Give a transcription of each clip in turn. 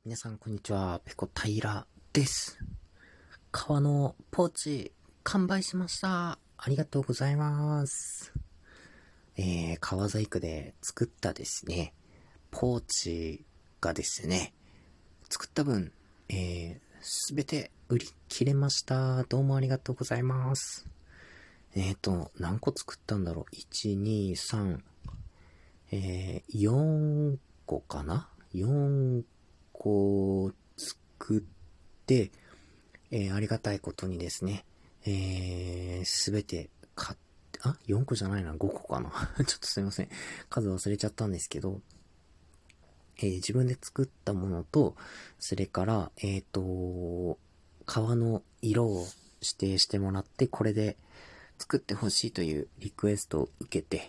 皆さんこんにちは、ペコ平です。革のポーチ完売しました。ありがとうございます。革細工で作ったですね、ポーチがですね、作った分、すべて売り切れました。どうもありがとうございます。何個作ったんだろう。1、2、3、4個かな ?4 個作って、ありがたいことにですね、すべて買って、4個じゃないな、5個かな。ちょっとすいません。数忘れちゃったんですけど、自分で作ったものと、それから、革の色を指定してもらって、これで作ってほしいというリクエストを受けて、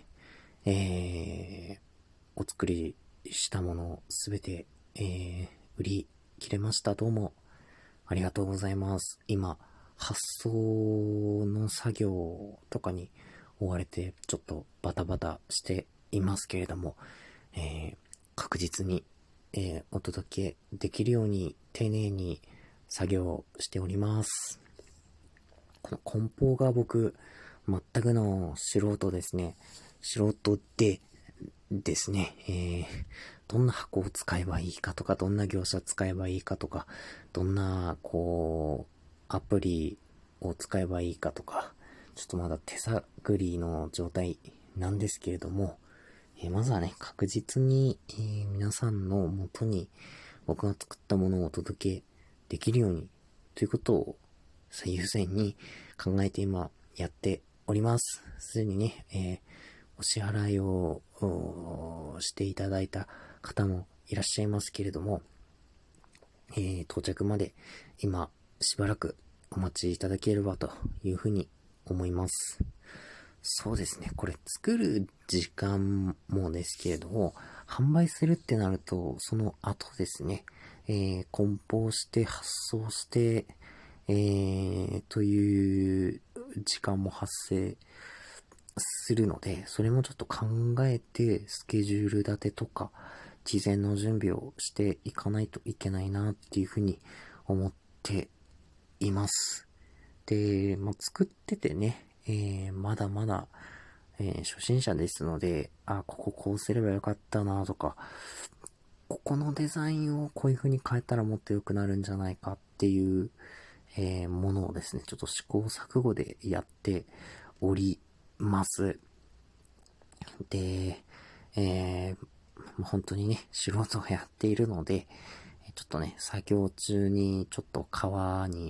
お作りしたものをすべて、売り切れました。どうもありがとうございます。今、発送の作業とかに追われて、ちょっとバタバタしていますけれども、確実に、お届けできるように丁寧に作業しております。この梱包が僕、全くの素人ですね。素人でですね、どんな箱を使えばいいかとか、どんな業者使えばいいかとか、どんな、アプリを使えばいいかとか、ちょっとまだ手探りの状態なんですけれども、まずはね、確実に、皆さんの元に僕が作ったものをお届けできるように、ということを最優先に考えて今やっております。すでにね、お支払いをしていただいた方もいらっしゃいますけれども、到着まで今しばらくお待ちいただければというふうに思います。そうですね。これ作る時間もですけれども、販売するってなると、その後ですね、梱包して発送して、という時間も発生するので、それもちょっと考えて、スケジュール立てとか、事前の準備をしていかないといけないなっていうふうに思っています。で、作っててね、まだまだ、初心者ですので、ここうすればよかったなとか、ここのデザインをこういう風に変えたらもっと良くなるんじゃないかっていう、ものをですね、ちょっと試行錯誤でやっております。で、本当にね、素人がやっているので、ちょっとね、作業中にちょっと皮に、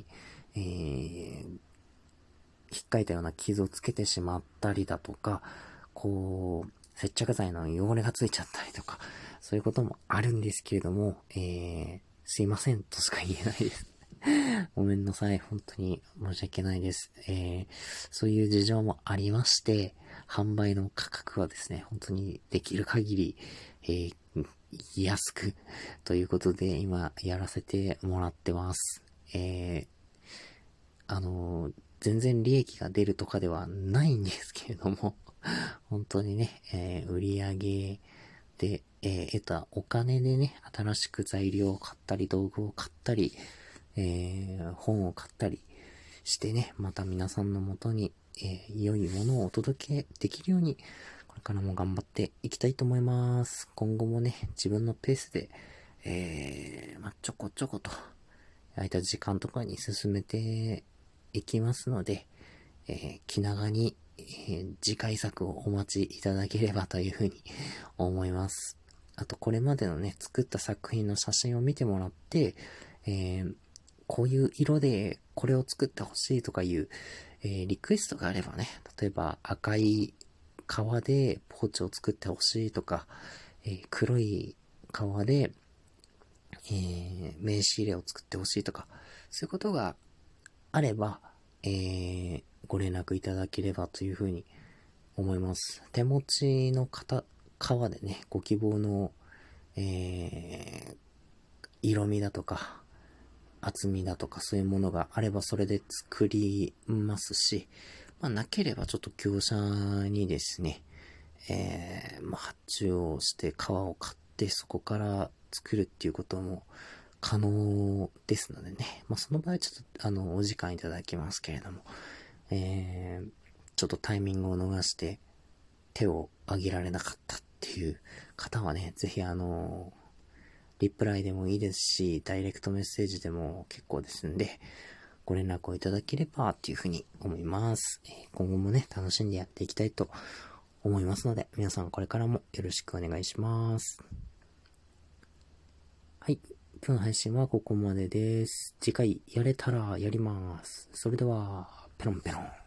引っかいたような傷をつけてしまったりだとか、接着剤の汚れがついちゃったりとか、そういうこともあるんですけれども、すいませんとしか言えないです。ごめんなさい。本当に申し訳ないです。そういう事情もありまして、販売の価格はですね、本当にできる限り、安くということで今やらせてもらってます。全然利益が出るとかではないんですけれども、本当にね、売り上げで、得たお金でね、新しく材料を買ったり、道具を買ったり、本を買ったりしてね、また皆さんのもとに、良いものをお届けできるように、これからも頑張っていきたいと思います。今後もね、自分のペースで、ちょこちょこと、空いた時間とかに進めていきますので、気長に、次回作をお待ちいただければというふうに思います。あと、これまでのね、作った作品の写真を見てもらって、こういう色でこれを作ってほしいとかいう、リクエストがあればね、例えば赤い革でポーチを作ってほしいとか、黒い革で、名刺入れを作ってほしいとか、そういうことがあれば、ご連絡いただければというふうに思います。手持ちの革でね、ご希望の、色味だとか、厚みだとかそういうものがあればそれで作りますし、なければちょっと業者にですね、発注をして革を買ってそこから作るっていうことも可能ですのでね。まあ、その場合ちょっと、お時間いただきますけれども、ちょっとタイミングを逃して手を挙げられなかったっていう方はね、ぜひリプライでもいいですし、ダイレクトメッセージでも結構ですんで、ご連絡をいただければっていうふうに思います。今後もね、楽しんでやっていきたいと思いますので、皆さんこれからもよろしくお願いします。はい。今日の配信はここまでです。次回やれたらやります。それでは、ペロンペロン。